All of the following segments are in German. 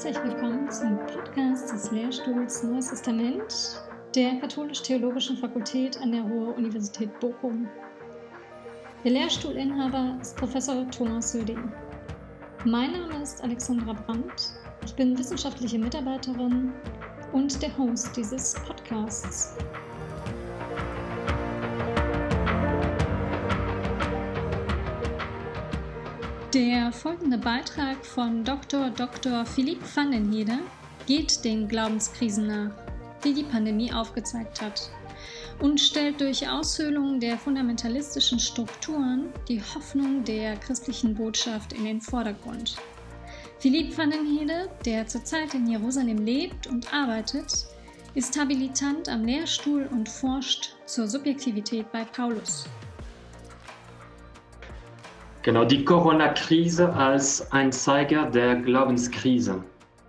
Herzlich willkommen zum Podcast des Lehrstuhls Neues Testament der Katholisch-Theologischen Fakultät an der Ruhr-Universität Bochum. Der Lehrstuhlinhaber ist Professor Thomas Söding. Mein Name ist Alexandra Brandt. Ich bin wissenschaftliche Mitarbeiterin und der Host dieses Podcasts. Der folgende Beitrag von Dr. Philipp van den Heede geht den Glaubenskrisen nach, die die Pandemie aufgezeigt hat, und stellt durch Aushöhlung der fundamentalistischen Strukturen die Hoffnung der christlichen Botschaft in den Vordergrund. Philipp van den Heede, der zurzeit in Jerusalem lebt und arbeitet, ist Habilitant am Lehrstuhl und forscht zur Subjektivität bei Paulus. Genau, die Corona-Krise als ein Zeiger der Glaubenskrise.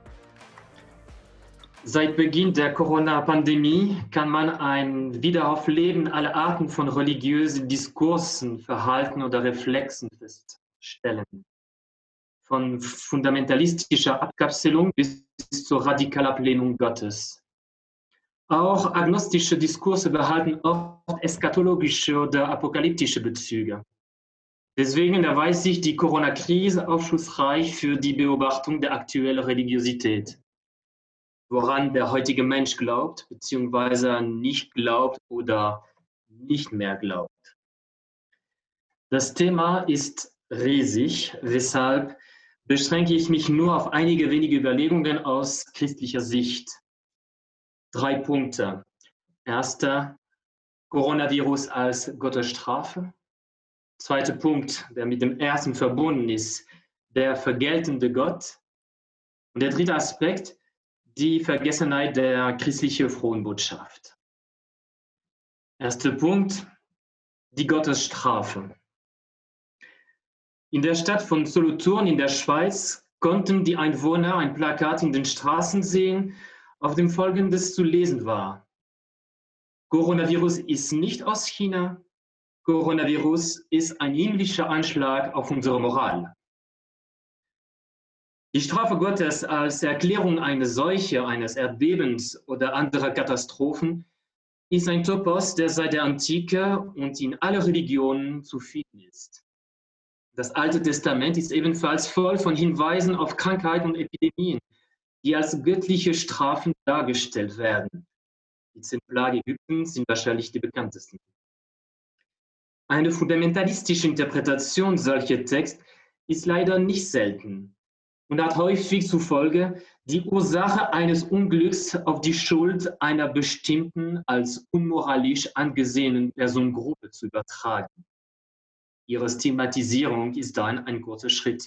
Seit Beginn der Corona-Pandemie kann man ein Wiederaufleben aller Arten von religiösen Diskursen, Verhalten oder Reflexen feststellen. Von fundamentalistischer Abkapselung bis zur radikalen Ablehnung Gottes. Auch agnostische Diskurse behalten oft eschatologische oder apokalyptische Bezüge. Deswegen erweist sich die Corona-Krise aufschlussreich für die Beobachtung der aktuellen Religiosität, woran der heutige Mensch glaubt, beziehungsweise nicht glaubt oder nicht mehr glaubt. Das Thema ist riesig, weshalb beschränke ich mich nur auf einige wenige Überlegungen aus christlicher Sicht. 3 Punkte. Erster, Coronavirus als Gottes Strafe. Zweiter Punkt, der mit dem ersten verbunden ist, der vergeltende Gott. Und der dritte Aspekt, die Vergessenheit der christlichen Frohenbotschaft. Erster Punkt, die Gottesstrafe. In der Stadt von Solothurn in der Schweiz konnten die Einwohner ein Plakat in den Straßen sehen, auf dem Folgendes zu lesen war: Coronavirus ist nicht aus China. Coronavirus ist ein himmlischer Anschlag auf unsere Moral. Die Strafe Gottes als Erklärung einer Seuche, eines Erdbebens oder anderer Katastrophen ist ein Topos, der seit der Antike und in allen Religionen zu finden ist. Das Alte Testament ist ebenfalls voll von Hinweisen auf Krankheiten und Epidemien, die als göttliche Strafen dargestellt werden. Die 10 Plagen Ägyptens sind wahrscheinlich die bekanntesten. Eine fundamentalistische Interpretation solcher Texte ist leider nicht selten und hat häufig zur Folge, die Ursache eines Unglücks auf die Schuld einer bestimmten, als unmoralisch angesehenen Personengruppe zu übertragen. Ihre Stigmatisierung ist dann ein kurzer Schritt.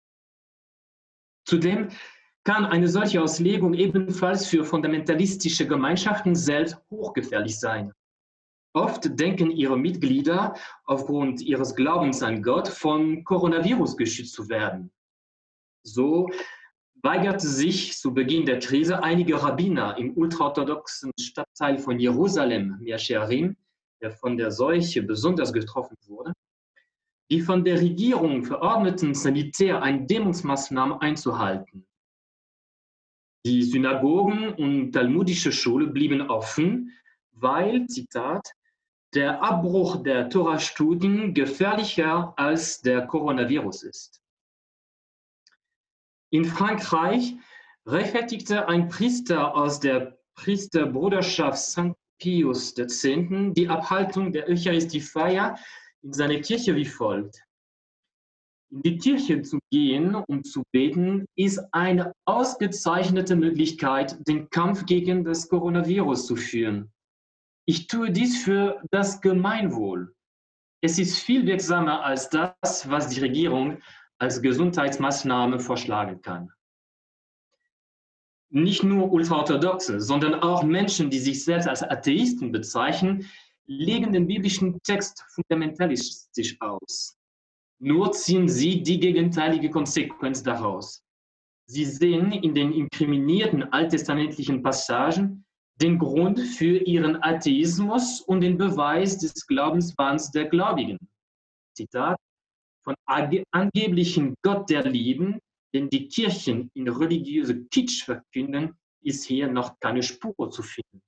Zudem kann eine solche Auslegung ebenfalls für fundamentalistische Gemeinschaften selbst hochgefährlich sein. Oft denken ihre Mitglieder aufgrund ihres Glaubens an Gott vom Coronavirus geschützt zu werden. So weigerte sich zu Beginn der Krise einige Rabbiner im ultraorthodoxen Stadtteil von Jerusalem, Mea Shearim, der von der Seuche besonders getroffen wurde, die von der Regierung verordneten Sanitär-Eindämmungsmaßnahmen einzuhalten. Die Synagogen und talmudische Schule blieben offen, weil, Zitat, der Abbruch der Tora-Studien gefährlicher als der Coronavirus ist. In Frankreich rechtfertigte ein Priester aus der Priesterbruderschaft St. Pius X. die Abhaltung der Eucharistiefeier in seiner Kirche wie folgt: In die Kirche zu gehen, um zu beten, ist eine ausgezeichnete Möglichkeit, den Kampf gegen das Coronavirus zu führen. Ich tue dies für das Gemeinwohl. Es ist viel wirksamer als das, was die Regierung als Gesundheitsmaßnahme vorschlagen kann. Nicht nur Ultraorthodoxe, sondern auch Menschen, die sich selbst als Atheisten bezeichnen, legen den biblischen Text fundamentalistisch aus. Nur ziehen sie die gegenteilige Konsequenz daraus. Sie sehen in den inkriminierten alttestamentlichen Passagen den Grund für ihren Atheismus und den Beweis des Glaubenswahns der Gläubigen. Zitat: Von angeblichen Gott der Lieben den die Kirchen in religiöse Kitsch verkünden, ist hier noch keine Spur zu finden.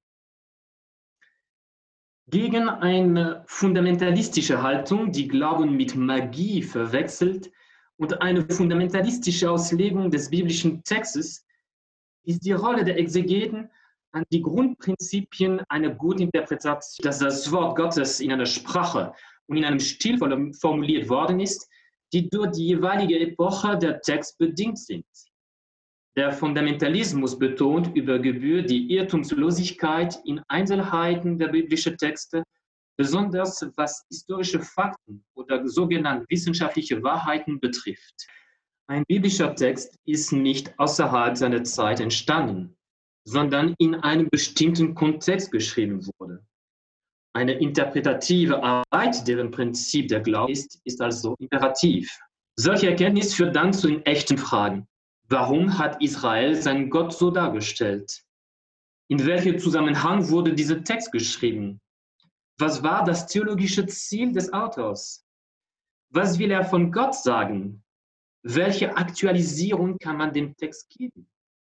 Gegen eine fundamentalistische Haltung, die Glauben mit Magie verwechselt, und eine fundamentalistische Auslegung des biblischen Textes ist die Rolle der Exegeten an die Grundprinzipien einer guten Interpretation, dass das Wort Gottes in einer Sprache und in einem Stil formuliert worden ist, die durch die jeweilige Epoche der Text bedingt sind. Der Fundamentalismus betont über Gebühr die Irrtumslosigkeit in Einzelheiten der biblischen Texte, besonders was historische Fakten oder sogenannte wissenschaftliche Wahrheiten betrifft. Ein biblischer Text ist nicht außerhalb seiner Zeit entstanden, sondern in einem bestimmten Kontext geschrieben wurde. Eine interpretative Arbeit, deren Prinzip der Glaube ist also imperativ. Solche Erkenntnis führt dann zu den echten Fragen. Warum hat Israel seinen Gott so dargestellt? In welchem Zusammenhang wurde dieser Text geschrieben? Was war das theologische Ziel des Autors? Was will er von Gott sagen? Welche Aktualisierung kann man dem Text geben?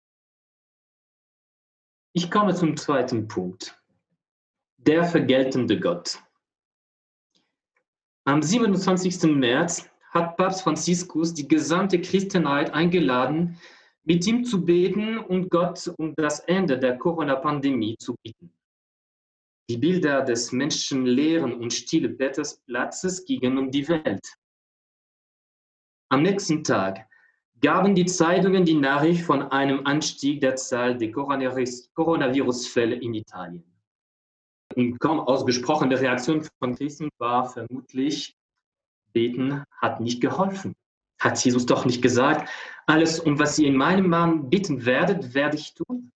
Ich komme zum zweiten Punkt. Der vergeltende Gott. Am 27. März hat Papst Franziskus die gesamte Christenheit eingeladen, mit ihm zu beten und Gott um das Ende der Corona-Pandemie zu bitten. Die Bilder des menschenleeren und stillen Platzes gingen um die Welt. Am nächsten Tag gaben die Zeitungen die Nachricht von einem Anstieg der Zahl der Coronavirus-Fälle in Italien. Und kaum ausgesprochene Reaktion von Christen war vermutlich, Beten hat nicht geholfen. Hat Jesus doch nicht gesagt, alles, um was ihr in meinem Namen bitten werdet, werde ich tun?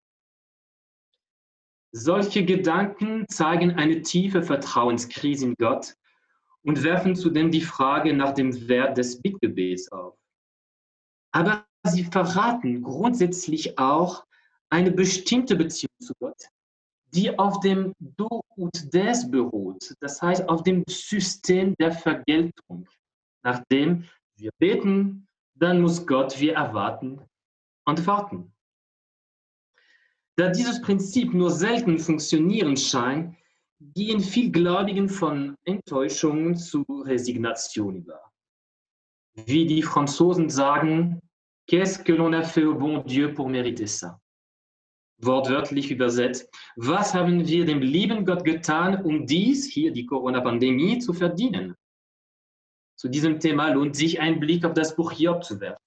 Solche Gedanken zeigen eine tiefe Vertrauenskrise in Gott und werfen zudem die Frage nach dem Wert des Bittgebets auf. Aber sie verraten grundsätzlich auch eine bestimmte Beziehung zu Gott, die auf dem Do ut des beruht, das heißt auf dem System der Vergeltung. Nachdem wir beten, dann muss Gott, wir erwarten, antworten. Da dieses Prinzip nur selten funktionieren scheint, gehen viele Gläubigen von Enttäuschung zu Resignation über. Wie die Franzosen sagen, qu'est-ce que l'on a fait au bon Dieu pour mériter ça? Wortwörtlich übersetzt, was haben wir dem lieben Gott getan, um dies, hier die Corona-Pandemie, zu verdienen? Zu diesem Thema lohnt sich ein Blick auf das Buch Job zu werfen.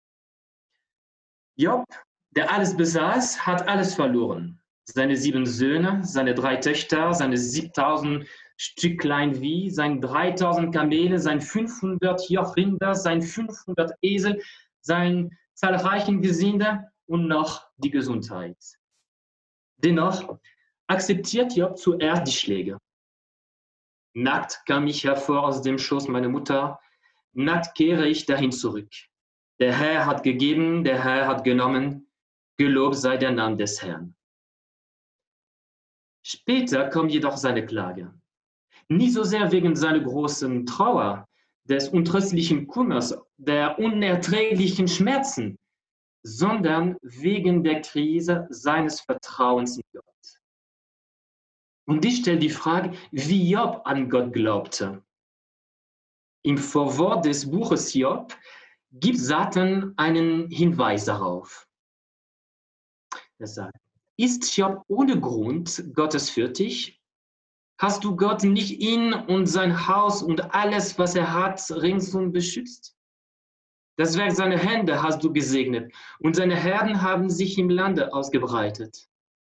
Job, der alles besaß, hat alles verloren. Seine 7 Söhne, seine 3 Töchter, seine 7000 Stücklein Vieh, seine 3000 Kamele, sein 500 Jochrinder, sein 500 Esel, sein zahlreichen Gesinde und noch die Gesundheit. Dennoch akzeptiert Job zuerst die Schläge. Nackt kam ich hervor aus dem Schoß meiner Mutter, nackt kehre ich dahin zurück. Der Herr hat gegeben, der Herr hat genommen, gelobt sei der Name des Herrn. Später kommt jedoch seine Klage. Nicht so sehr wegen seiner großen Trauer, des untröstlichen Kummers, der unerträglichen Schmerzen, sondern wegen der Krise seines Vertrauens in Gott. Und ich stelle die Frage, wie Job an Gott glaubte. Im Vorwort des Buches Job gibt Satan einen Hinweis darauf. Er sagt, ist Job ohne Grund gottesfürchtig? Hast du Gott nicht ihn und sein Haus und alles, was er hat, ringsum beschützt? Das Werk seiner Hände hast du gesegnet und seine Herden haben sich im Lande ausgebreitet.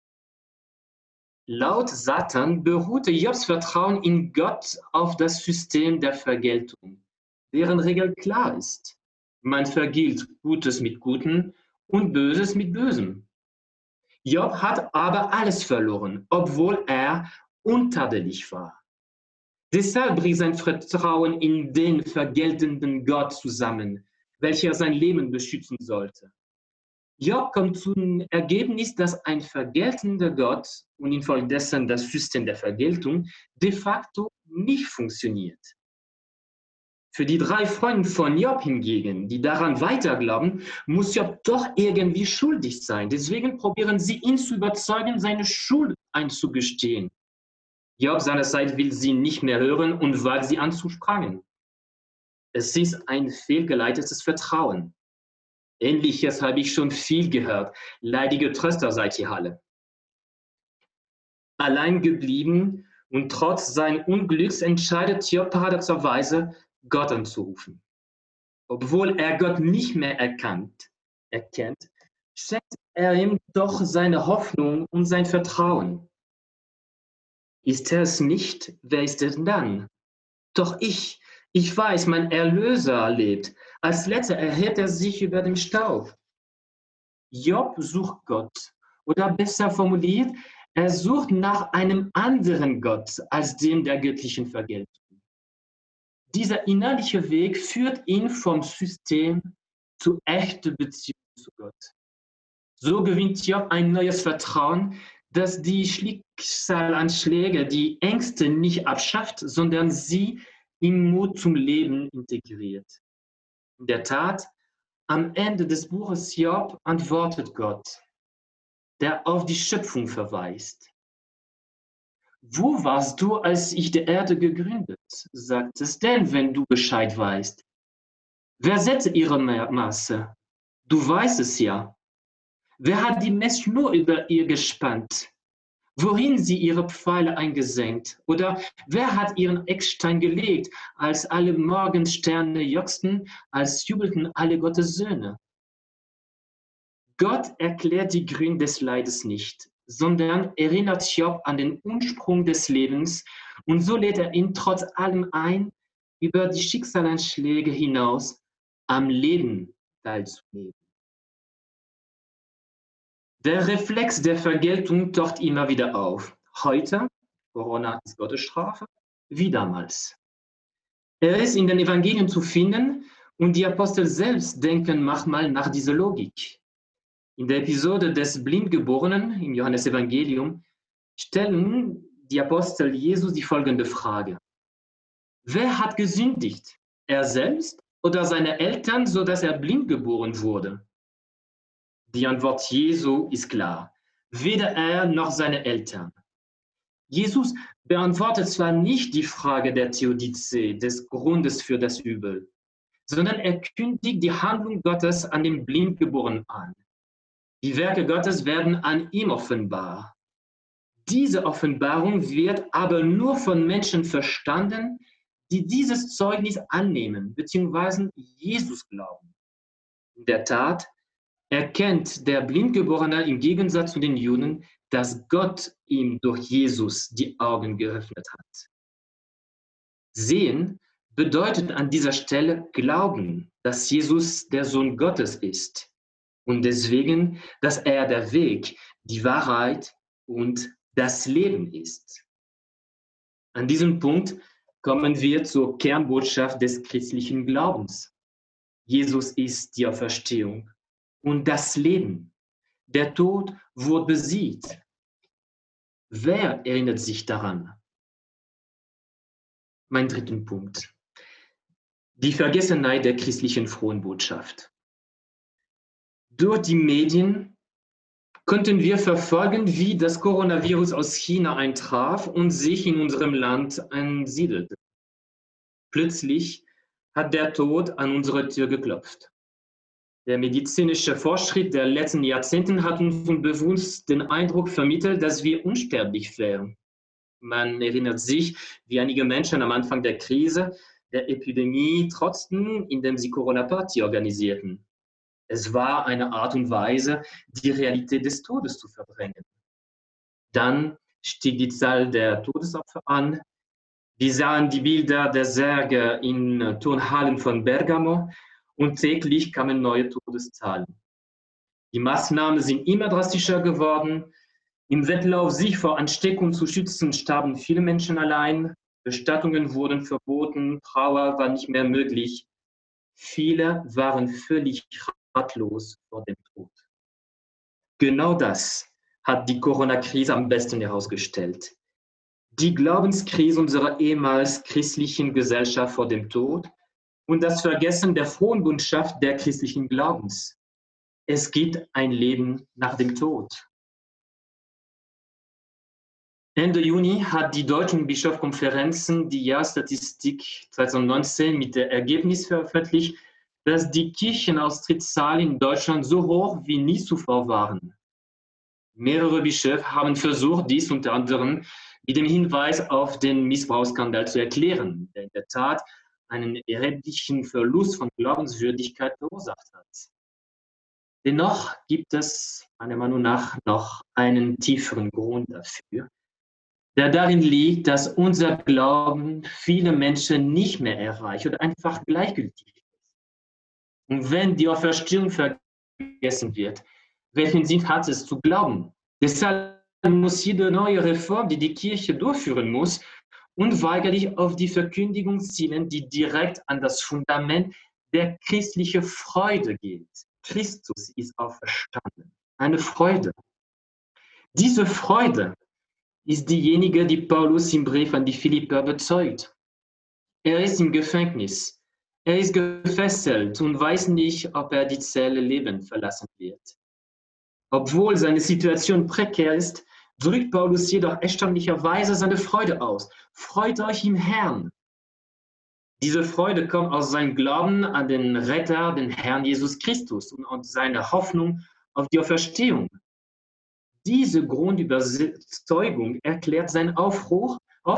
Laut Satan beruhte Jobs Vertrauen in Gott auf das System der Vergeltung, deren Regel klar ist. Man vergilt Gutes mit Gutem und Böses mit Bösem. Job hat aber alles verloren, obwohl er untadelig war. Deshalb bricht sein Vertrauen in den vergeltenden Gott zusammen, welcher sein Leben beschützen sollte. Job kommt zum Ergebnis, dass ein vergeltender Gott und infolgedessen das System der Vergeltung de facto nicht funktioniert. Für die 3 Freunde von Job hingegen, die daran weiterglauben, muss Job doch irgendwie schuldig sein. Deswegen probieren sie ihn zu überzeugen, seine Schuld einzugestehen. Job seinerseits will sie nicht mehr hören und wagt sie anzusprechen. Es ist ein fehlgeleitetes Vertrauen. Ähnliches habe ich schon viel gehört. Leidige Tröster seid ihr alle. Allein geblieben und trotz seines Unglücks entscheidet Job paradoxerweise, Gott anzurufen. Obwohl er Gott nicht mehr erkennt, schenkt er ihm doch seine Hoffnung und sein Vertrauen. Ist er es nicht, wer ist es dann? Doch ich weiß, mein Erlöser lebt. Als Letzter erhebt er sich über dem Staub. Job sucht Gott. Oder besser formuliert, er sucht nach einem anderen Gott als dem der göttlichen Vergeltung. Dieser innerliche Weg führt ihn vom System zu echter Beziehung zu Gott. So gewinnt Job ein neues Vertrauen, das die Schicksalanschläge, die Ängste nicht abschafft, sondern sie im Mut zum Leben integriert. In der Tat, am Ende des Buches Job antwortet Gott, der auf die Schöpfung verweist. Wo warst du, als ich die Erde gegründet? Sagt es denn, wenn du Bescheid weißt. Wer setzte ihre Maße? Du weißt es ja. Wer hat die Messschnur über ihr gespannt? Wohin sie ihre Pfeile eingesenkt? Oder wer hat ihren Eckstein gelegt, als alle Morgensterne juchzten, als jubelten alle Gottes Söhne? Gott erklärt die Gründe des Leides nicht, sondern erinnert Job an den Ursprung des Lebens und so lädt er ihn trotz allem ein, über die Schicksalsschläge hinaus am Leben teilzunehmen. Der Reflex der Vergeltung taucht immer wieder auf. Heute, Corona ist Gottes Strafe, wie damals. Er ist in den Evangelien zu finden und die Apostel selbst denken manchmal nach dieser Logik. In der Episode des Blindgeborenen im Johannesevangelium stellen die Apostel Jesus die folgende Frage. Wer hat gesündigt? Er selbst oder seine Eltern, sodass er blind geboren wurde? Die Antwort Jesu ist klar. Weder er noch seine Eltern. Jesus beantwortet zwar nicht die Frage der Theodizee, des Grundes für das Übel, sondern er kündigt die Handlung Gottes an dem Blindgeborenen an. Die Werke Gottes werden an ihm offenbar. Diese Offenbarung wird aber nur von Menschen verstanden, die dieses Zeugnis annehmen bzw. Jesus glauben. In der Tat erkennt der Blindgeborene im Gegensatz zu den Juden, dass Gott ihm durch Jesus die Augen geöffnet hat. Sehen bedeutet an dieser Stelle glauben, dass Jesus der Sohn Gottes ist. Und deswegen, dass er der Weg, die Wahrheit und das Leben ist. An diesem Punkt kommen wir zur Kernbotschaft des christlichen Glaubens. Jesus ist die Auferstehung und das Leben. Der Tod wurde besiegt. Wer erinnert sich daran? Mein dritter Punkt. Die Vergessenheit der christlichen frohen Botschaft. Durch die Medien konnten wir verfolgen, wie das Coronavirus aus China eintraf und sich in unserem Land ansiedelte. Plötzlich hat der Tod an unsere Tür geklopft. Der medizinische Fortschritt der letzten Jahrzehnte hat uns unbewusst den Eindruck vermittelt, dass wir unsterblich wären. Man erinnert sich, wie einige Menschen am Anfang der Krise, der Epidemie trotzten, indem sie Corona-Party organisierten. Es war eine Art und Weise, die Realität des Todes zu verdrängen. Dann stieg die Zahl der Todesopfer an. Wir sahen die Bilder der Särge in Turnhallen von Bergamo und täglich kamen neue Todeszahlen. Die Maßnahmen sind immer drastischer geworden. Im Wettlauf, sich vor Ansteckung zu schützen, starben viele Menschen allein. Bestattungen wurden verboten, Trauer war nicht mehr möglich. Viele waren völlig ratlos vor dem Tod. Genau das hat die Corona-Krise am besten herausgestellt. Die Glaubenskrise unserer ehemals christlichen Gesellschaft vor dem Tod und das Vergessen der frohen Botschaft der christlichen Glaubens. Es gibt ein Leben nach dem Tod. Ende Juni hat die Deutschen Bischofskonferenzen die Jahrstatistik 2019 mit dem Ergebnis veröffentlicht, dass die Kirchenaustrittszahlen in Deutschland so hoch wie nie zuvor waren. Mehrere Bischöfe haben versucht, dies unter anderem mit dem Hinweis auf den Missbrauchsskandal zu erklären, der in der Tat einen erheblichen Verlust von Glaubenswürdigkeit verursacht hat. Dennoch gibt es meiner Meinung nach noch einen tieferen Grund dafür, der darin liegt, dass unser Glauben viele Menschen nicht mehr erreicht oder einfach gleichgültig ist. Und wenn die Auferstehung vergessen wird, welchen Sinn hat es zu glauben? Deshalb muss jede neue Reform, die die Kirche durchführen muss, unweigerlich auf die Verkündigung zielen, die direkt an das Fundament der christlichen Freude geht. Christus ist auferstanden. Eine Freude. Diese Freude ist diejenige, die Paulus im Brief an die Philipper bezeugt. Er ist im Gefängnis. Er ist gefesselt und weiß nicht, ob er die Zelle lebend verlassen wird. Obwohl seine Situation prekär ist, drückt Paulus jedoch erstaunlicherweise seine Freude aus. Freut euch im Herrn. Diese Freude kommt aus seinem Glauben an den Retter, den Herrn Jesus Christus und aus seiner Hoffnung auf die Auferstehung. Diese Grundüberzeugung erklärt seinen Aufruf,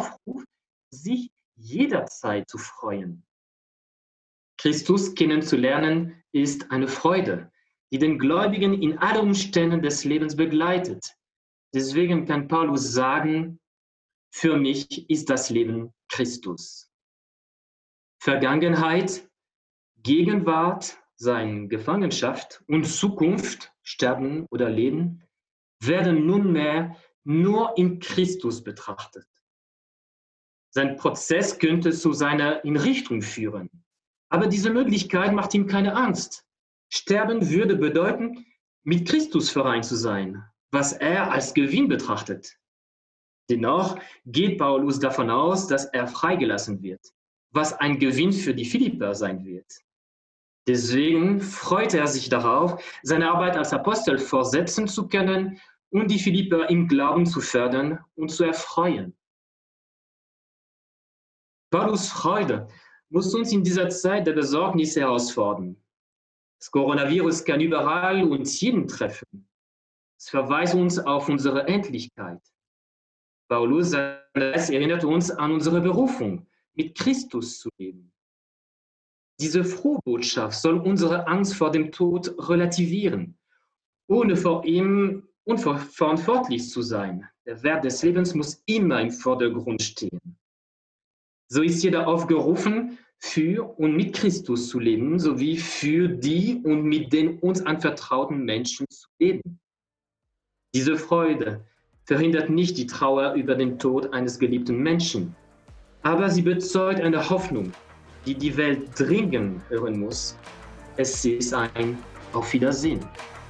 sich jederzeit zu freuen. Christus kennenzulernen ist eine Freude, die den Gläubigen in allen Umständen des Lebens begleitet. Deswegen kann Paulus sagen, für mich ist das Leben Christus. Vergangenheit, Gegenwart, seine Gefangenschaft und Zukunft, Sterben oder Leben, werden nunmehr nur in Christus betrachtet. Sein Prozess könnte zu seiner Hinrichtung führen. Aber diese Möglichkeit macht ihm keine Angst. Sterben würde bedeuten, mit Christus vereint zu sein, was er als Gewinn betrachtet. Dennoch geht Paulus davon aus, dass er freigelassen wird, was ein Gewinn für die Philipper sein wird. Deswegen freut er sich darauf, seine Arbeit als Apostel fortsetzen zu können und die Philipper im Glauben zu fördern und zu erfreuen. Paulus' Freude muss uns in dieser Zeit der Besorgnis herausfordern. Das Coronavirus kann überall und jeden treffen. Es verweist uns auf unsere Endlichkeit. Paulus erinnert uns an unsere Berufung, mit Christus zu leben. Diese frohe Botschaft soll unsere Angst vor dem Tod relativieren, ohne vor ihm unverantwortlich zu sein. Der Wert des Lebens muss immer im Vordergrund stehen. So ist jeder aufgerufen, für und mit Christus zu leben, sowie für die und mit den uns anvertrauten Menschen zu leben. Diese Freude verhindert nicht die Trauer über den Tod eines geliebten Menschen, aber sie bezeugt eine Hoffnung, die die Welt dringend hören muss. Es ist ein Auf Wiedersehen.